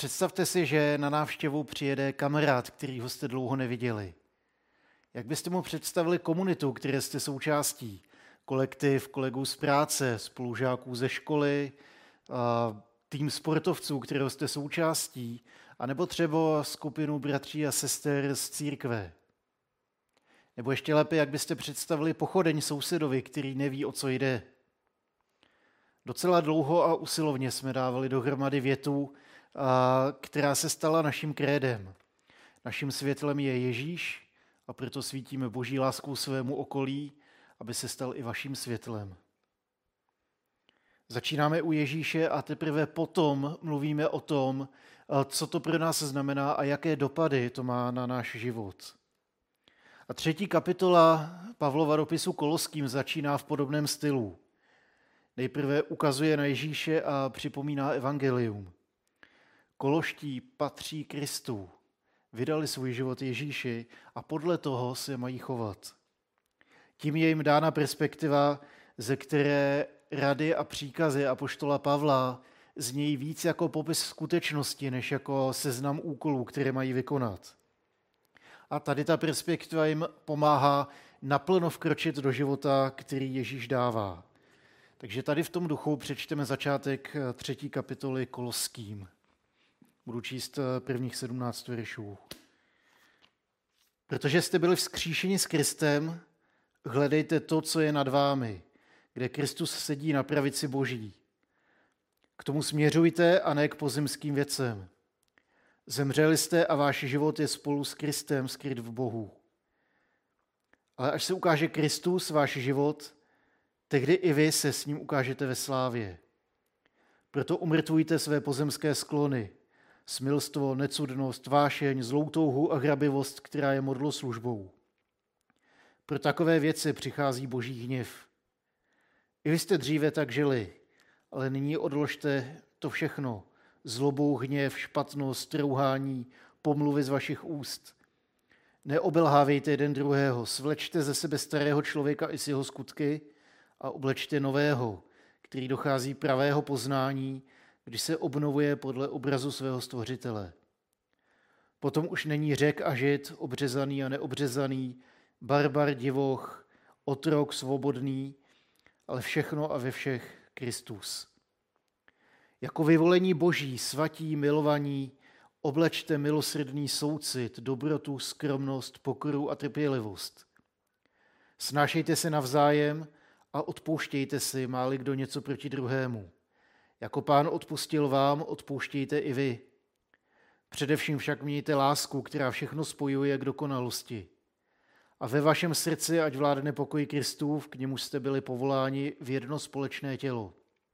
Představte si, že na návštěvu přijede kamarád, kterýho jste dlouho neviděli. Jak byste mu představili komunitu, které jste součástí? Kolektiv kolegů z práce, spolužáků ze školy, tým sportovců, kterého jste součástí, anebo třeba skupinu bratří a sester z církve. Nebo ještě lépe, jak byste představili pochodeň sousedovi, který neví, o co jde. Docela dlouho a usilovně jsme dávali dohromady větu, která se stala naším krédem. Naším světlem je Ježíš a proto svítíme Boží láskou svému okolí, aby se stal i vaším světlem. Začínáme u Ježíše a teprve potom mluvíme o tom, co to pro nás znamená a jaké dopady to má na náš život. A 3. kapitola Pavlova dopisu Koloským začíná v podobném stylu. Nejprve ukazuje na Ježíše a připomíná evangelium. Koloští patří Kristu, vydali svůj život Ježíši a podle toho se mají chovat. Tím je jim dána perspektiva, ze které rady a příkazy apoštola Pavla znějí víc jako popis skutečnosti, než jako seznam úkolů, které mají vykonat. A tady ta perspektiva jim pomáhá naplno vkročit do života, který Ježíš dává. Takže tady v tom duchu přečteme začátek 3. kapitoly Koloským. Budu číst prvních 17 veršů. Protože jste byli vzkříšeni s Kristem, hledejte to, co je nad vámi, kde Kristus sedí na pravici Boží. K tomu směřujte a ne k pozemským věcem. Zemřeli jste a váš život je spolu s Kristem skryt v Bohu. Ale až se ukáže Kristus, váš život, tehdy i vy se s ním ukážete ve slávě. Proto umrtvujte své pozemské sklony, smilstvo, necudnost, vášeň, zlou touhu a hrabivost, která je modloslužbou. Pro takové věci přichází Boží hněv. I vy jste dříve tak žili, ale nyní odložte to všechno, zlobu, hněv, špatnost, rouhání, pomluvy z vašich úst. Neobelhávejte jeden druhého, svlečte ze sebe starého člověka i s jeho skutky a oblečte nového, který dochází pravého poznání, když se obnovuje podle obrazu svého stvořitele. Potom už není Řek a Žid, obřezaný a neobřezaný, barbar, divoch, otrok, svobodný, ale všechno a ve všech Kristus. Jako vyvolení Boží, svatí, milovaní, oblečte milosrdný soucit, dobrotu, skromnost, pokoru a trpělivost. Snášejte se navzájem a odpouštějte si, má-li kdo něco proti druhému. Jako Pán odpustil vám, odpouštějte i vy. Především však mějte lásku, která všechno spojuje k dokonalosti. A ve vašem srdci ať vládne pokoj Kristův, k němuž jste byli povoláni v jedno společné tělo.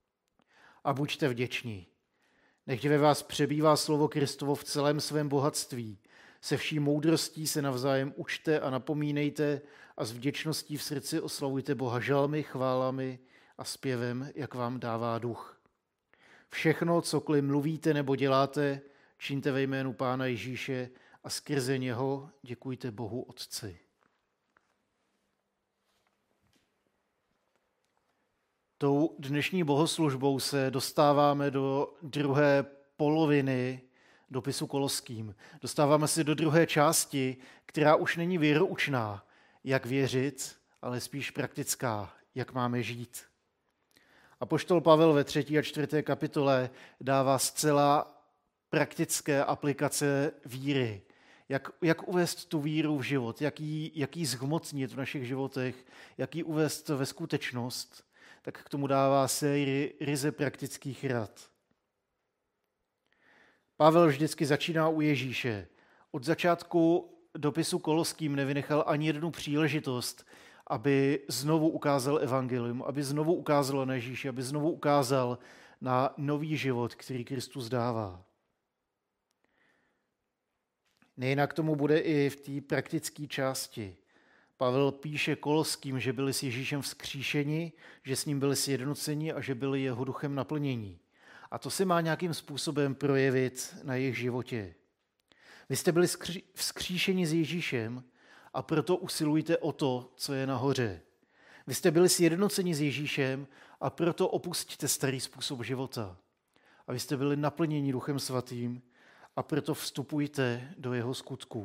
A buďte vděční. Nechť ve vás přebývá slovo Kristovo v celém svém bohatství. Se vší moudrostí se navzájem učte a napomínejte a s vděčností v srdci oslavujte Boha žalmy, chválami a zpěvem, jak vám dává duch. Všechno, cokoliv mluvíte nebo děláte, čiňte ve jménu Pána Ježíše a skrze něho děkujte Bohu Otci. Tou dnešní bohoslužbou se dostáváme do druhé poloviny dopisu Koloským. Dostáváme se do druhé části, která už není věroučná, jak věřit, ale spíš praktická, jak máme žít. Apoštol Pavel ve 3. a 4. kapitole dává zcela praktické aplikace víry. Jak uvést tu víru v život, jak ji zhmotnit v našich životech, jak ji uvést ve skutečnost, tak k tomu dává sérii ryze praktických rad. Pavel vždycky začíná u Ježíše. Od začátku dopisu Koloským nevynechal ani jednu příležitost, aby znovu ukázal evangelium, aby znovu ukázal na Ježíše, aby znovu ukázal na nový život, který Kristus dává. Nejinak tomu bude i v té praktické části. Pavel píše Koloským, že byli s Ježíšem vzkříšeni, že s ním byli sjednoceni a že byli jeho duchem naplnění. A to se má nějakým způsobem projevit na jejich životě. Vy jste byli vzkříšeni s Ježíšem a proto usilujte o to, co je nahoře. Vy jste byli sjednoceni s Ježíšem a proto opustíte starý způsob života. A vy jste byli naplněni Duchem Svatým a proto vstupujte do jeho skutků.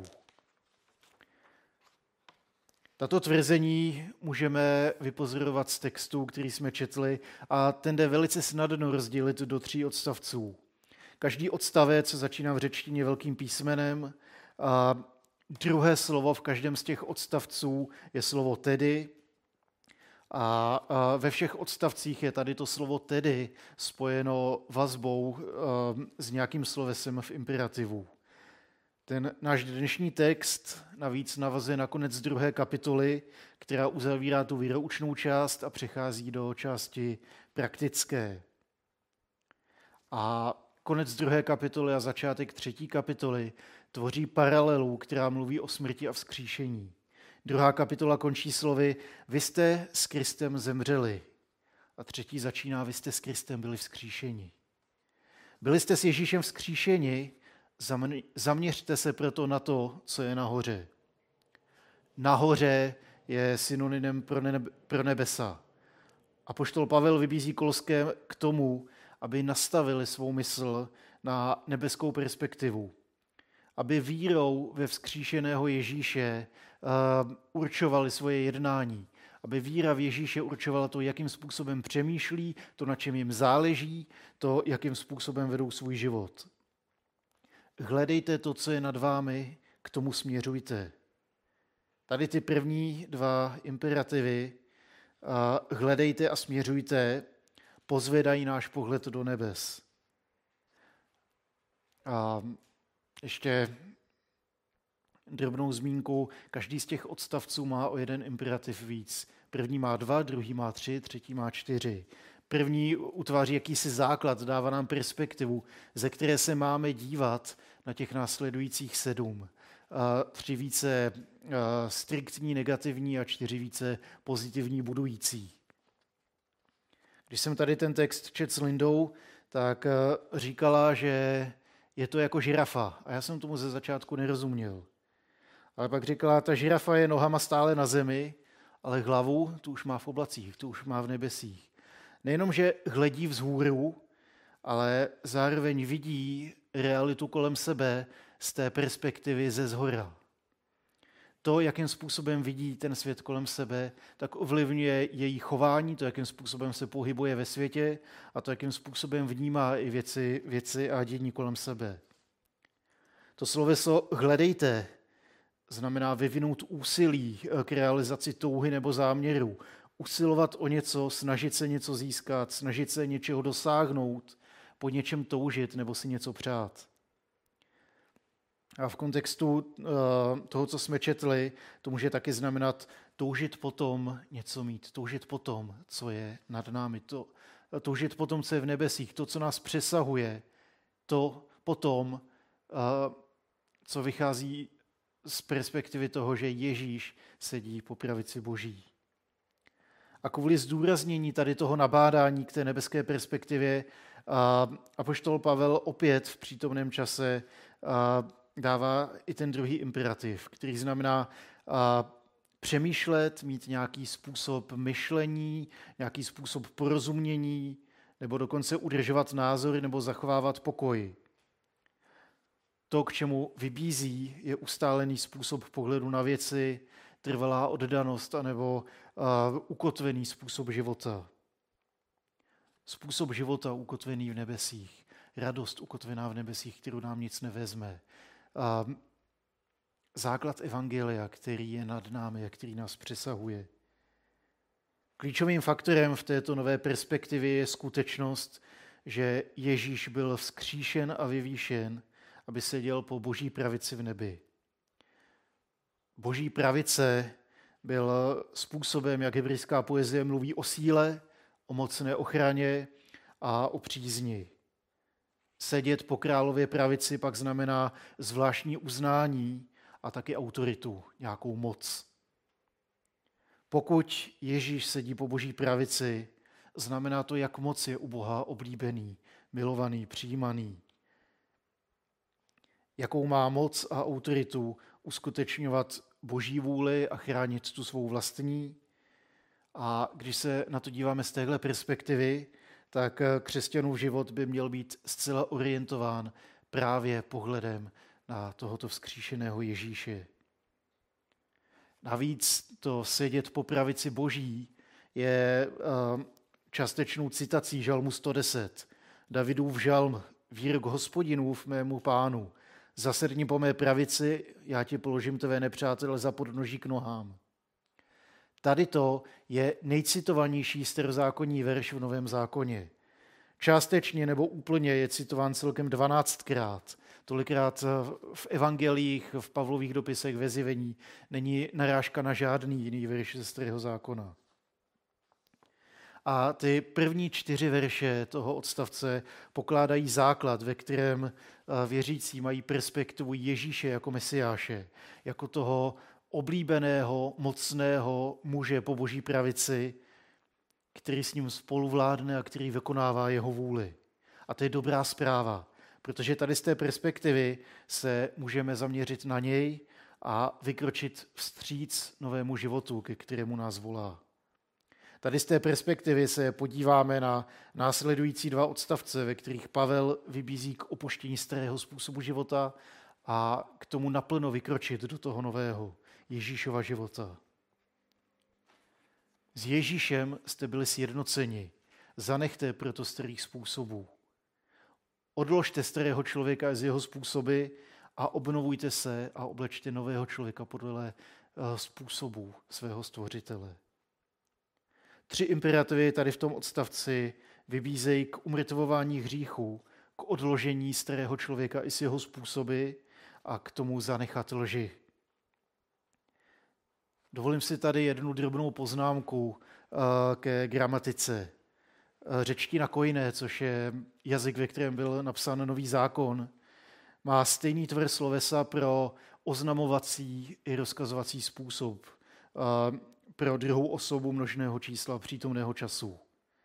Tato tvrzení můžeme vypozorovat z textu, který jsme četli, a ten jde velice snadno rozdělit do 3 odstavců. Každý odstavec začíná v řečtině velkým písmenem a druhé slovo v každém z těch odstavců je slovo tedy a ve všech odstavcích je tady to slovo tedy spojeno vazbou s nějakým slovesem v imperativu. Ten náš dnešní text navíc navazuje na konec 2. kapitoly, která uzavírá tu výroučnou část a přechází do části praktické. A konec 2. kapitoly a začátek 3. kapitoly tvoří paralelu, která mluví o smrti a vzkříšení. 2. kapitola končí slovy vy jste s Kristem zemřeli a 3. začíná vy jste s Kristem byli vzkříšeni. Byli jste s Ježíšem vzkříšeni, zaměřte se proto na to, co je nahoře. Nahoře je synonymem pro nebesa. Apoštol Pavel vybízí Koloské k tomu, aby nastavili svou mysl na nebeskou perspektivu. Aby vírou ve vzkříšeného Ježíše určovali svoje jednání. Aby víra v Ježíše určovala to, jakým způsobem přemýšlí, to, na čem jim záleží, to, jakým způsobem vedou svůj život. Hledejte to, co je nad vámi, k tomu směřujte. Tady ty první 2 imperativy, hledejte a směřujte, pozvedají náš pohled do nebes. A ještě drobnou zmínku, každý z těch odstavců má o jeden imperativ víc. První má 2, druhý má 3, třetí má 4. První utváří jakýsi základ, dává nám perspektivu, ze které se máme dívat na těch následujících 7. 3 více striktní, negativní a 4 více pozitivní, budující. Když jsem tady ten text četl s Lindou, tak říkala, že je to jako žirafa. A já jsem tomu ze začátku nerozuměl. Ale pak říkala, ta žirafa je nohama stále na zemi, ale hlavu tu už má v oblacích, tu už má v nebesích. Nejenom, že hledí vzhůru, ale zároveň vidí realitu kolem sebe z té perspektivy ze zhora. To, jakým způsobem vidí ten svět kolem sebe, tak ovlivňuje její chování, to, jakým způsobem se pohybuje ve světě a to, jakým způsobem vnímá i věci a dění kolem sebe. To sloveso hledejte znamená vyvinout úsilí k realizaci touhy nebo záměru, usilovat o něco, snažit se něco získat, snažit se něčeho dosáhnout, po něčem toužit nebo si něco přát. A v kontextu toho, co jsme četli, to může taky znamenat toužit potom něco mít, toužit potom, co je nad námi, toužit potom, co je v nebesích, to, co nás přesahuje, to potom, co vychází z perspektivy toho, že Ježíš sedí po pravici Boží. A kvůli zdůraznění tady toho nabádání k té nebeské perspektivě apoštol Pavel opět v přítomném čase dává i ten druhý imperativ, který znamená přemýšlet, mít nějaký způsob myšlení, nějaký způsob porozumění, nebo dokonce udržovat názory nebo zachovávat pokoj. To, k čemu vybízí, je ustálený způsob pohledu na věci, trvalá oddanost anebo ukotvený způsob života. Způsob života ukotvený v nebesích, radost ukotvená v nebesích, kterou nám nic nevezme. Základ evangelia, který je nad námi a který nás přesahuje. Klíčovým faktorem v této nové perspektivě je skutečnost, že Ježíš byl vzkříšen a vyvýšen, aby seděl po Boží pravici v nebi. Boží pravice byl způsobem, jak hebrejská poezie mluví o síle, o mocné ochraně a o přízni. Sedět po králově pravici pak znamená zvláštní uznání a taky autoritu, nějakou moc. Pokud Ježíš sedí po Boží pravici, znamená to, jak moc je u Boha oblíbený, milovaný, přijímaný. Jakou má moc a autoritu uskutečňovat Boží vůli a chránit tu svou vlastní. A když se na to díváme z téhle perspektivy, tak křesťanův život by měl být zcela orientován právě pohledem na tohoto vzkříšeného Ježíše. Navíc to sedět po pravici Boží je částečnou citací žalmu 110. Davidův žalm, výrok Hospodinův mému pánu. Zasedni po mé pravici, já ti položím tvé nepřátele za podnoží k nohám. Tady to je nejcitovanější starozákonní verš v Novém zákoně. Částečně nebo úplně je citován celkem 12krát. Tolikrát v evangelích, v Pavlových dopisech, ve zjevení není narážka na žádný jiný verš ze Starého zákona. A ty první 4 verše toho odstavce pokládají základ, ve kterém věřící mají perspektivu Ježíše jako Mesiáše, jako toho oblíbeného, mocného muže po Boží pravici, který s ním spoluvládne a který vykonává jeho vůli. A to je dobrá zpráva, protože tady z té perspektivy se můžeme zaměřit na něj a vykročit vstříc novému životu, ke kterému nás volá. Tady z té perspektivy se podíváme na následující 2 odstavce, ve kterých Pavel vybízí k opuštění starého způsobu života a k tomu naplno vykročit do toho nového Ježíšova života. S Ježíšem jste byli sjednoceni. Zanechte proto starých způsobů. Odložte starého člověka z jeho způsoby a obnovujte se a oblečte nového člověka podle způsobů svého stvořitele. 3 imperativy tady v tom odstavci vybízejí k umrtvování hříchů, k odložení starého člověka i s jeho způsoby a k tomu zanechat lži. Dovolím si tady jednu drobnou poznámku ke gramatice. Řečtina koiné, což je jazyk, ve kterém byl napsán Nový zákon, má stejný tvar slovesa pro oznamovací i rozkazovací způsob, pro druhou osobu množného čísla přítomného času.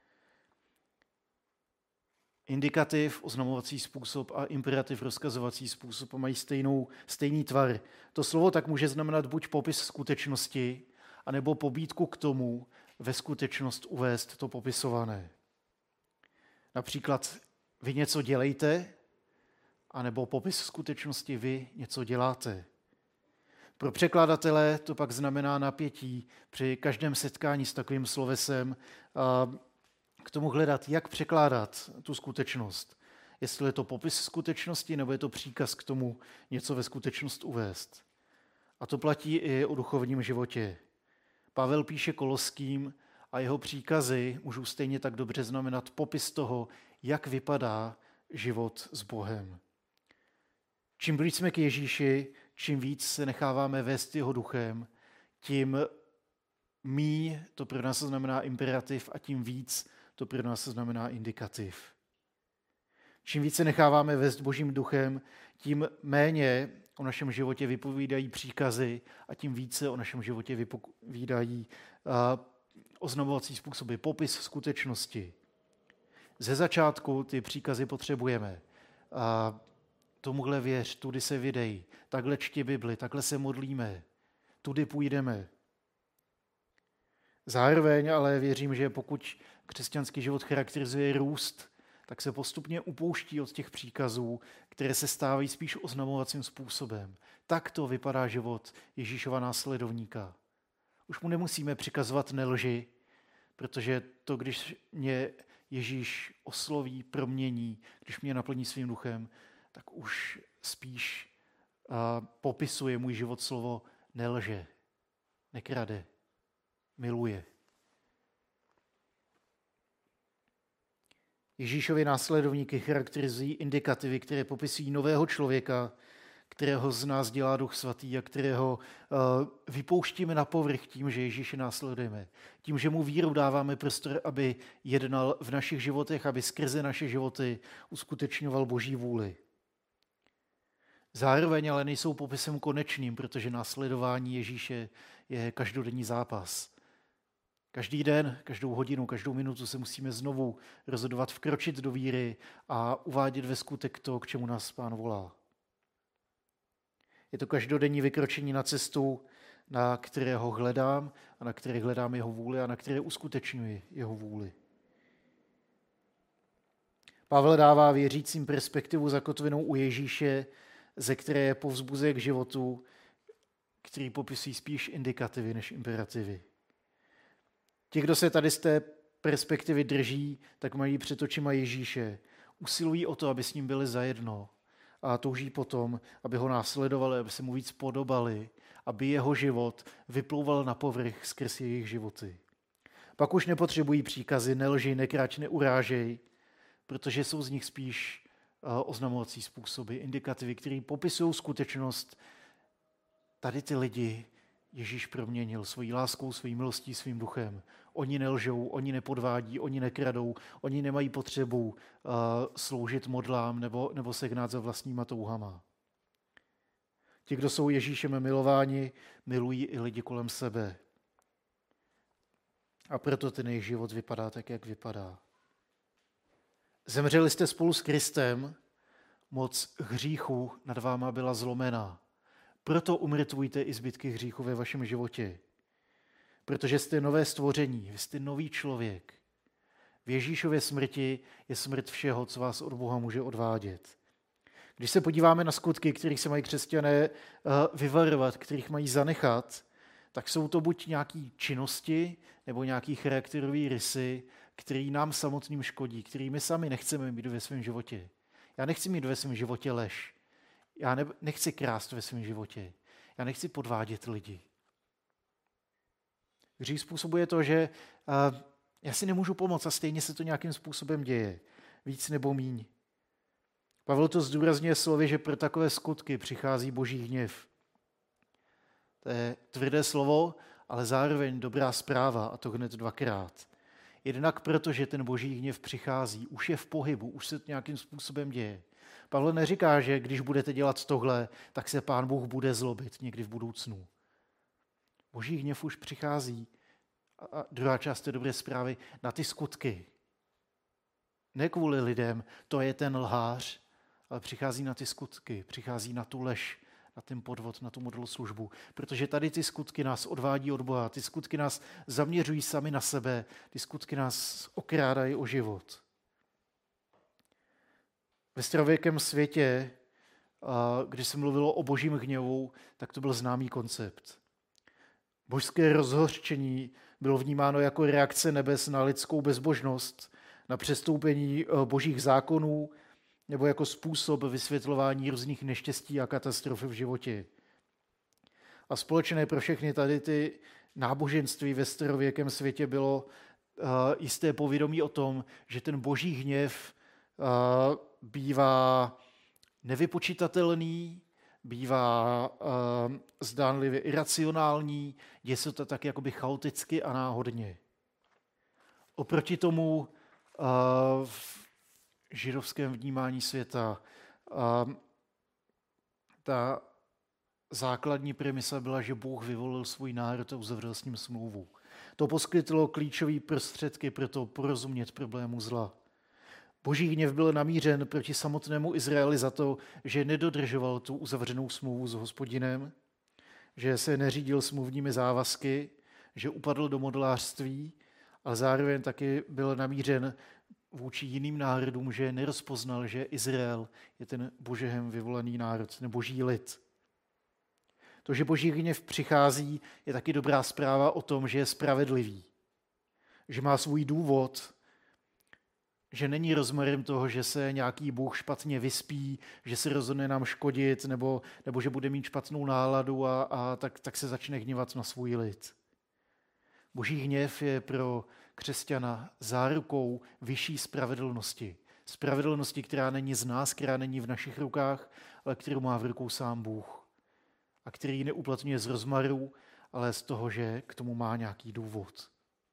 Indikativ, oznamovací způsob a imperativ, rozkazovací způsob mají stejný tvar. To slovo tak může znamenat buď popis skutečnosti, anebo pobídku k tomu ve skutečnost uvést to popisované. Například vy něco dělejte, anebo popis skutečnosti vy něco děláte. Pro překladatele to pak znamená napětí při každém setkání s takovým slovesem k tomu hledat, jak překládat tu skutečnost. Jestli je to popis skutečnosti, nebo je to příkaz k tomu něco ve skutečnost uvést. A to platí i o duchovním životě. Pavel píše Koloským a jeho příkazy můžou stejně tak dobře znamenat popis toho, jak vypadá život s Bohem. Čím blíž jsme k Ježíši, čím víc se necháváme vést jeho duchem, tím míň to pro nás znamená imperativ a tím víc to pro nás znamená indikativ. Čím více necháváme vést Božím duchem, tím méně o našem životě vypovídají příkazy a tím více o našem životě vypovídají oznamovací způsoby, popis skutečnosti. Ze začátku ty příkazy potřebujeme. Tomuhle věř, tudy se vydej, takhle čti Bibli, takhle se modlíme, tudy půjdeme. Zároveň ale věřím, že pokud křesťanský život charakterizuje růst, tak se postupně upouští od těch příkazů, které se stávají spíš oznamovacím způsobem. Tak to vypadá život Ježíšova následovníka. Už mu nemusíme přikazovat nelži, protože to, když mě Ježíš osloví, promění, když mě naplní svým duchem, tak už spíš popisuje můj život slovo nelže, nekrade, miluje. Ježíšovi následovníky charakterizují indikativy, které popisují nového člověka, kterého z nás dělá Duch Svatý a kterého vypouštíme na povrch tím, že Ježíše následujeme. Tím, že mu víru dáváme prostor, aby jednal v našich životech, aby skrze naše životy uskutečňoval Boží vůli. Zároveň ale nejsou popisem konečným, protože následování Ježíše je každodenní zápas. Každý den, každou hodinu, každou minutu se musíme znovu rozhodovat, vkročit do víry a uvádět ve skutek to, k čemu nás Pán volá. Je to každodenní vykročení na cestu, na které ho hledám a na které hledám jeho vůli a na které uskutečňuji jeho vůli. Pavel dává věřícím perspektivu zakotvenou u Ježíše, ze které je povzbuzuje k životu, který popisují spíš indikativy než imperativy. Ti, kdo se tady z té perspektivy drží, tak mají před očima Ježíše. Usilují o to, aby s ním byli zajedno a touží potom, aby ho následovali, aby se mu víc podobali, aby jeho život vyplouval na povrch skrz jejich životy. Pak už nepotřebují příkazy, nelži, nekrač, neurážej, protože jsou z nich spíš oznamovací způsoby, indikativy, které popisují skutečnost. Tady ty lidi Ježíš proměnil svojí láskou, svojí milostí, svým duchem. Oni nelžou, oni nepodvádí, oni nekradou, oni nemají potřebu sloužit modlám nebo se hnát za vlastníma touhama. Ti, kdo jsou Ježíšem milováni, milují i lidi kolem sebe. A proto ten jejich život vypadá tak, jak vypadá. Zemřeli jste spolu s Kristem, moc hříchu nad váma byla zlomená. Proto umrtvujte i zbytky hříchu ve vašem životě. Protože jste nové stvoření, vy jste nový člověk. V Ježíšově smrti je smrt všeho, co vás od Boha může odvádět. Když se podíváme na skutky, kterých se mají křesťané vyvarovat, kterých mají zanechat, tak jsou to buď nějaké činnosti nebo nějaké charakterové rysy, které nám samotným škodí, které my sami nechceme mít ve svém životě. Já nechci mít ve svém životě lež. Já nechci krást ve svém životě. Já nechci podvádět lidi. Hřích způsobuje to, že já si nemůžu pomoct a stejně se to nějakým způsobem děje. Víc nebo míň. Pavel to zdůrazňuje slovy, že pro takové skutky přichází boží hněv. To je tvrdé slovo, ale zároveň dobrá zpráva, a to hned dvakrát. Jednak proto, že ten boží hněv přichází, už je v pohybu, už se to nějakým způsobem děje. Pavel neříká, že když budete dělat tohle, tak se Pán Bůh bude zlobit někdy v budoucnu. Boží hněv už přichází. A druhá část té dobré zprávy na ty skutky. Ne kvůli lidem, to je ten lhář, ale přichází na ty skutky, přichází na tu lež, na ten podvod, na tu modloslužbu. Protože tady ty skutky nás odvádí od Boha, ty skutky nás zaměřují sami na sebe, ty skutky nás okrádají o život. Ve starověkém světě, když se mluvilo o božím hněvu, tak to byl známý koncept. Božské rozhořčení bylo vnímáno jako reakce nebes na lidskou bezbožnost, na přestoupení božích zákonů nebo jako způsob vysvětlování různých neštěstí a katastrof v životě. A společné pro všechny tady ty náboženství ve starověkém světě bylo jisté povědomí o tom, že ten boží hněv bývá nevypočitatelný, bývá zdánlivě iracionální, děje se to tak jakoby chaoticky a náhodně. Oproti tomu v židovském vnímání světa ta základní premisa byla, že Bůh vyvolil svůj národ a uzavřel s ním smlouvu. To poskytlo klíčové prostředky pro to porozumět problému zla. Boží hněv byl namířen proti samotnému Izraeli za to, že nedodržoval tu uzavřenou smlouvu s Hospodinem, že se neřídil smluvními závazky, že upadl do modlářství, ale zároveň taky byl namířen vůči jiným národům, že nerozpoznal, že Izrael je ten Božehem vyvolený národ, ten boží lid. To, že boží hněv přichází, je taky dobrá zpráva o tom, že je spravedlivý, že má svůj důvod, že není rozměrem toho, že se nějaký Bůh špatně vyspí, že se rozhodne nám škodit, nebo že bude mít špatnou náladu a tak se začne hněvat na svůj lid. Boží hněv je pro křesťana zárukou vyšší spravedlnosti. Spravedlnosti, která není z nás, která není v našich rukách, ale kterou má v rukou sám Bůh. A který neuplatňuje z rozmaru, ale z toho, že k tomu má nějaký důvod.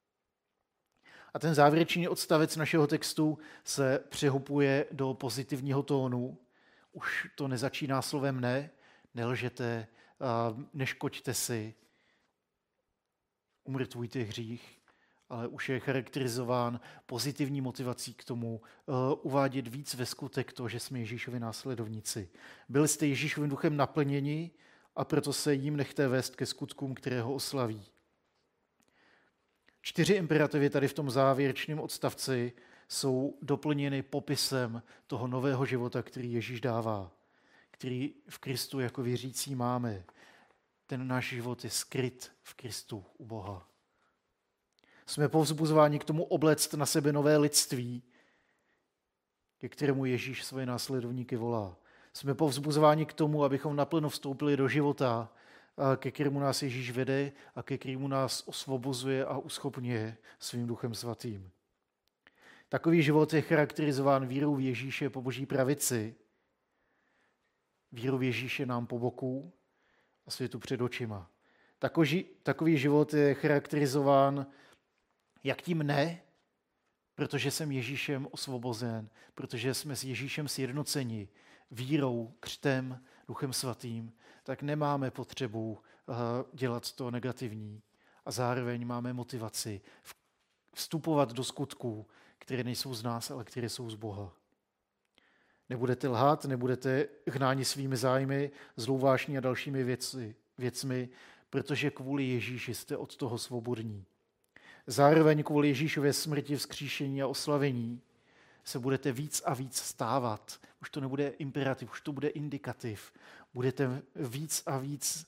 A ten závěrečný odstavec našeho textu se přehupuje do pozitivního tónu. Už to nezačíná slovem ne, nelžete, neškoďte si, umrtvujte hřích, ale už je charakterizován pozitivní motivací k tomu uvádět víc ve skutek to, že jsme Ježíšovi následovníci. Byli jste Ježíšovým duchem naplněni a proto se jim nechte vést ke skutkům, které ho oslaví. 4 imperativy tady v tom závěrečném odstavci jsou doplněny popisem toho nového života, který Ježíš dává, který v Kristu jako věřící máme. Ten náš život je skryt v Kristu u Boha. Jsme povzbuzováni k tomu obléct na sebe nové lidství, ke kterému Ježíš svoje následovníky volá. Jsme povzbuzováni k tomu, abychom naplno vstoupili do života, ke kterému nás Ježíš vede a ke kterému nás osvobozuje a uschopňuje svým Duchem Svatým. Takový život je charakterizován vírou v Ježíše po Boží pravici, vírou v Ježíše nám po boku a světu před očima. Takový život je charakterizován jak tím ne, protože jsem Ježíšem osvobozen, protože jsme s Ježíšem sjednoceni vírou, křtem, Duchem Svatým, tak nemáme potřebu dělat to negativní a zároveň máme motivaci vstupovat do skutků, které nejsou z nás, ale které jsou z Boha. Nebudete lhát, nebudete hnáni svými zájmy, zlou vášní a dalšími věcmi, protože kvůli Ježíši jste od toho svobodní. Zároveň kvůli Ježíšově smrti, vzkříšení a oslavení se budete víc a víc stávat. Už to nebude imperativ, už to bude indikativ. Budete víc a víc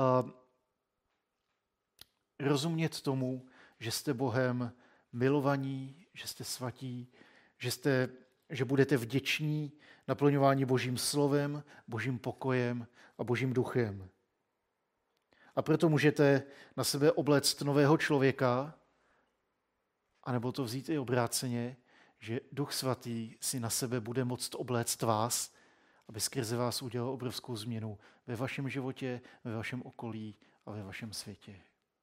rozumět tomu, že jste Bohem milovaní, že jste svatí, že budete vděční, naplňování Božím slovem, Božím pokojem a Božím duchem. A proto můžete na sebe obléct nového člověka, anebo to vzít i obráceně, že Duch Svatý si na sebe bude moct obléct vás, aby skrze vás udělal obrovskou změnu ve vašem životě, ve vašem okolí a ve vašem světě.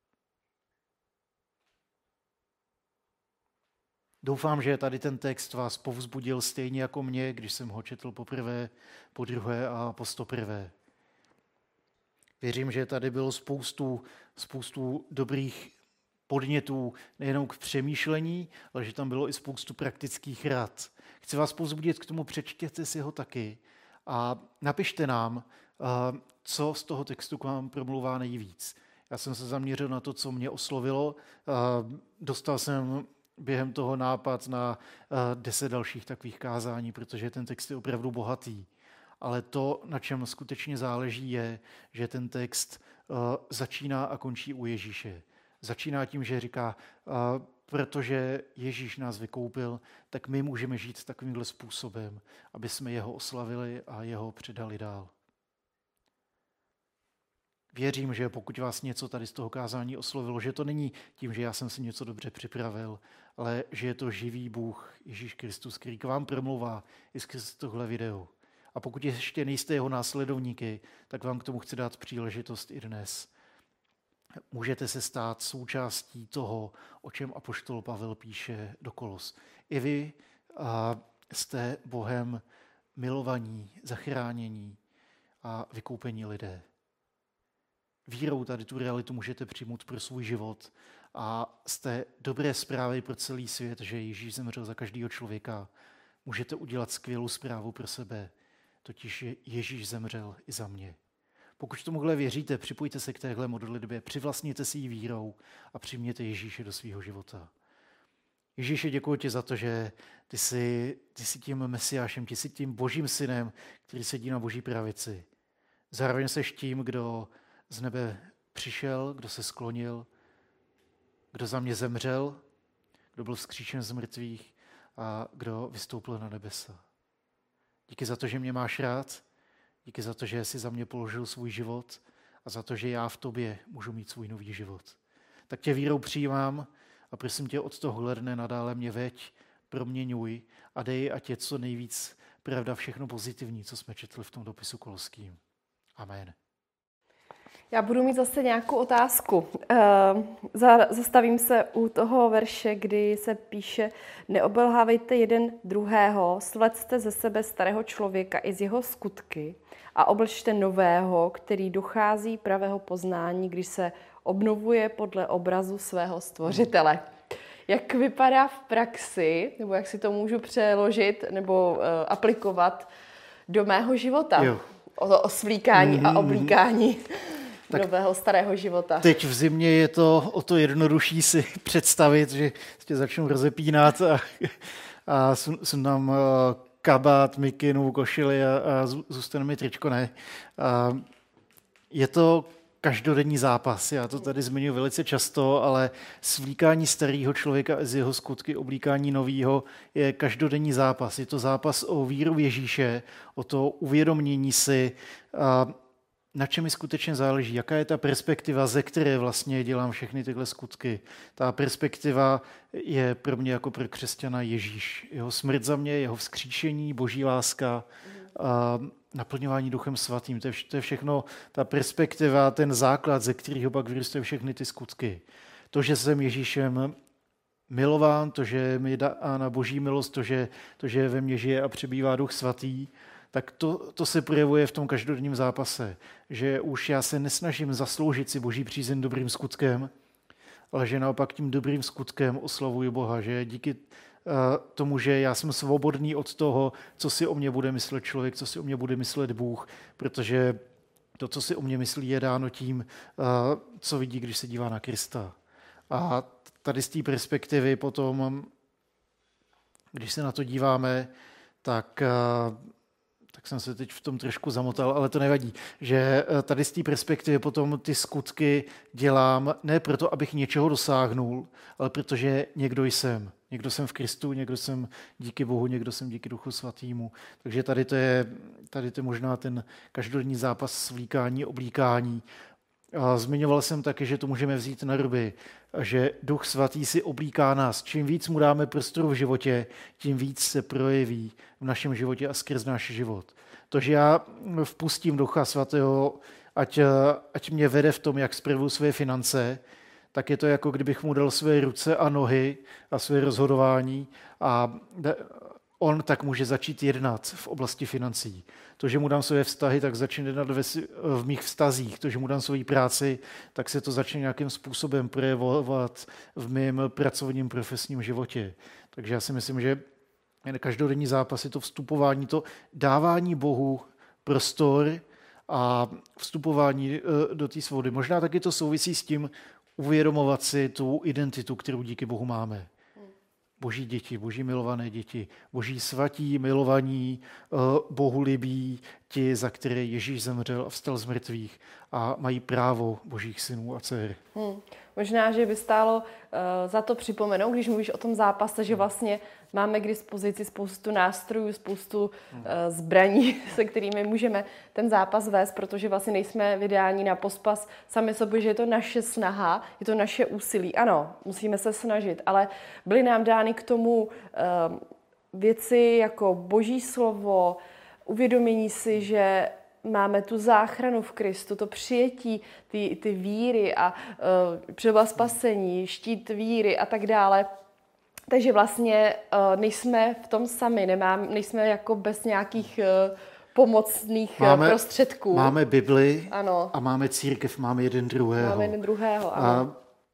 Doufám, že tady ten text vás povzbudil stejně jako mě, když jsem ho četl poprvé, podruhé a po 101. Věřím, že tady bylo spoustu dobrých podnětů nejenom k přemýšlení, ale že tam bylo i spoustu praktických rad. Chci vás povzbudit k tomu, přečtěte si ho taky a napište nám, co z toho textu k vám promluvá nejvíc. Já jsem se zaměřil na to, co mě oslovilo. Dostal jsem během toho nápad na 10 dalších takových kázání, protože ten text je opravdu bohatý. Ale to, na čem skutečně záleží, je, že ten text začíná a končí u Ježíše. Začíná tím, že říká, protože Ježíš nás vykoupil, tak my můžeme žít takovýmhle způsobem, aby jsme jeho oslavili a jeho předali dál. Věřím, že pokud vás něco tady z toho kázání oslovilo, že to není tím, že já jsem si něco dobře připravil, ale že je to živý Bůh, Ježíš Kristus, který k vám promlouvá i skrz tohle video. A pokud ještě nejste jeho následovníky, tak vám k tomu chci dát příležitost i dnes. Můžete se stát součástí toho, o čem apoštol Pavel píše do Kolos. I vy jste Bohem milovaní, zachránění a vykoupení lidé. Vírou tady tu realitu můžete přijmout pro svůj život a jste dobré zprávy pro celý svět, že Ježíš zemřel za každého člověka. Můžete udělat skvělou zprávu pro sebe, totiž Ježíš zemřel i za mě. Pokud tomuhle věříte, připojte se k téhle modlitbě, přivlastněte si ji vírou a přijměte Ježíše do svého života. Ježíši, děkuji ti za to, že ty jsi tím Mesiášem, ty jsi tím Božím synem, který sedí na Boží pravici. Zároveň seš tím, kdo z nebe přišel, kdo se sklonil, kdo za mě zemřel, kdo byl vzkříšen z mrtvých a kdo vystoupil na nebesa. Díky za to, že mě máš rád, díky za to, že jsi za mě položil svůj život a za to, že já v tobě můžu mít svůj nový život. Tak tě vírou přijímám a prosím tě od tohohle dne nadále mě veď, proměňuj a dej, ať je co nejvíc pravda všechno pozitivní, co jsme četli v tom dopisu Koloským. Amen. Já budu mít zase nějakou otázku. Zastavím se u toho verše, kdy se píše: neobelhávejte jeden druhého, svlecte ze sebe starého člověka i z jeho skutky a oblečte nového, který dochází pravého poznání, když se obnovuje podle obrazu svého stvořitele. Jak vypadá v praxi, nebo jak si to můžu přeložit nebo aplikovat do mého života? Jo. O svlíkání a oblíkání nového starého života. Teď v zimě je to o to jednodušší si představit, že tě začnou rozepínat a sundám kabát, mikinu, košili a zůstane mi tričko, ne. Je to každodenní zápas. Já to tady zmiňuji velice často, ale svlíkání starého člověka z jeho skutky, oblíkání nového je každodenní zápas. Je to zápas o víru v Ježíše, o to uvědomění si, na čem mi skutečně záleží, jaká je ta perspektiva, ze které vlastně dělám všechny tyhle skutky. Ta perspektiva je pro mě jako pro křesťana Ježíš. Jeho smrt za mě, jeho vzkříšení, boží láska, naplňování Duchem Svatým. To je všechno, ta perspektiva, ten základ, ze kterého pak vyrůstají všechny ty skutky. To, že jsem Ježíšem milován, to, že mi dána boží milost, to, že ve mně žije a přebývá Duch Svatý, tak to se projevuje v tom každodenním zápase, že už já se nesnažím zasloužit si boží přízeň dobrým skutkem, ale že naopak tím dobrým skutkem oslavuji Boha, že díky tomu, že já jsem svobodný od toho, co si o mě bude myslet člověk, co si o mě bude myslet Bůh, protože to, co si o mě myslí, je dáno tím, co vidí, když se dívá na Krista. A tady z té perspektivy potom, když se na to díváme, tak jsem se teď v tom trošku zamotal, ale to nevadí, že tady z té perspektivy potom ty skutky dělám ne proto, abych něčeho dosáhnul, ale protože někdo jsem. Někdo jsem v Kristu, někdo jsem díky Bohu, někdo jsem díky Duchu Svatýmu. Takže tady to je možná ten každodenní zápas svlíkání, oblíkání. A zmiňoval jsem taky, že to můžeme vzít na ruby, že Duch Svatý si oblíká nás. Čím víc mu dáme prostoru v životě, tím víc se projeví v našem životě a skrz náš život. To, že já vpustím Ducha Svatého, ať mě vede v tom, jak spravuju své finance, tak je to jako kdybych mu dal své ruce a nohy a své rozhodování a on tak může začít jednat v oblasti financí. To, že mu dám své vztahy, tak začne jednat v mých vztazích. To, že mu dám svoji práci, tak se to začne nějakým způsobem projevovat v mém pracovním profesním životě. Takže já si myslím, že každodenní zápas je to vstupování, to dávání Bohu prostor a vstupování do té svobody. Možná taky to souvisí s tím uvědomovat si tu identitu, kterou díky Bohu máme. Boží děti, boží milované děti, boží svatí, milovaní, bohulibí, ti, za které Ježíš zemřel a vstal z mrtvých a mají právo božích synů a dcer. Možná, že by stálo za to připomenout, když mluvíš o tom zápase, že vlastně máme k dispozici spoustu nástrojů, spoustu zbraní, se kterými můžeme ten zápas vést, protože vlastně nejsme vydáni na pospas sami sobě, že je to naše snaha, je to naše úsilí. Ano, musíme se snažit, ale byly nám dány k tomu věci jako boží slovo, uvědomění si, že máme tu záchranu v Kristu, to přijetí ty víry a třeba spasení, štít víry a tak dále. Takže vlastně nejsme v tom sami, nejsme jako bez nějakých pomocných prostředků. Máme Bibli, ano. A máme církev, máme jeden druhého. Máme jeden druhého, ano.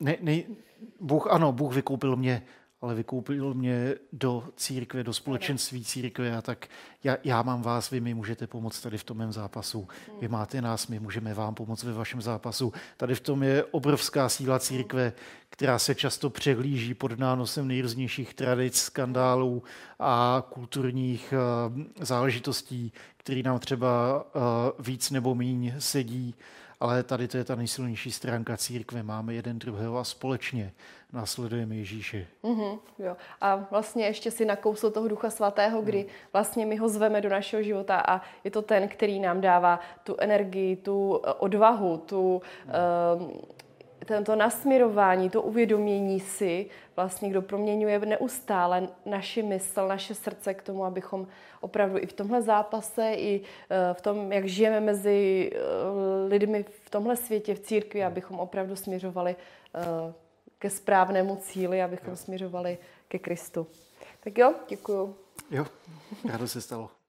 Bůh vykoupil mě, ale vykoupil mě do církve, do společenství církve a tak já mám vás, vy mi můžete pomoct tady v tom mém zápasu. Vy máte nás, my můžeme vám pomoct ve vašem zápasu. Tady v tom je obrovská síla církve, která se často přehlíží pod nánosem nejrůznějších tradic, skandálů a kulturních záležitostí, které nám třeba víc nebo míň sedí. Ale tady to je ta nejsilnější stránka církve. Máme jeden druhého a společně následujeme Ježíše. Jo. A vlastně ještě si nakousl toho Ducha Svatého, kdy vlastně my ho zveme do našeho života a je to ten, který nám dává tu energii, tu odvahu, tento nasměrování, to uvědomění si, vlastně kdo proměňuje neustále naši mysl, naše srdce k tomu, abychom opravdu i v tomhle zápase, i v tom, jak žijeme mezi lidmi v tomhle světě, v církvi, abychom opravdu směřovali ke správnému cíli, abychom směřovali ke Kristu. Tak jo, děkuju. Jo, rádo se stalo.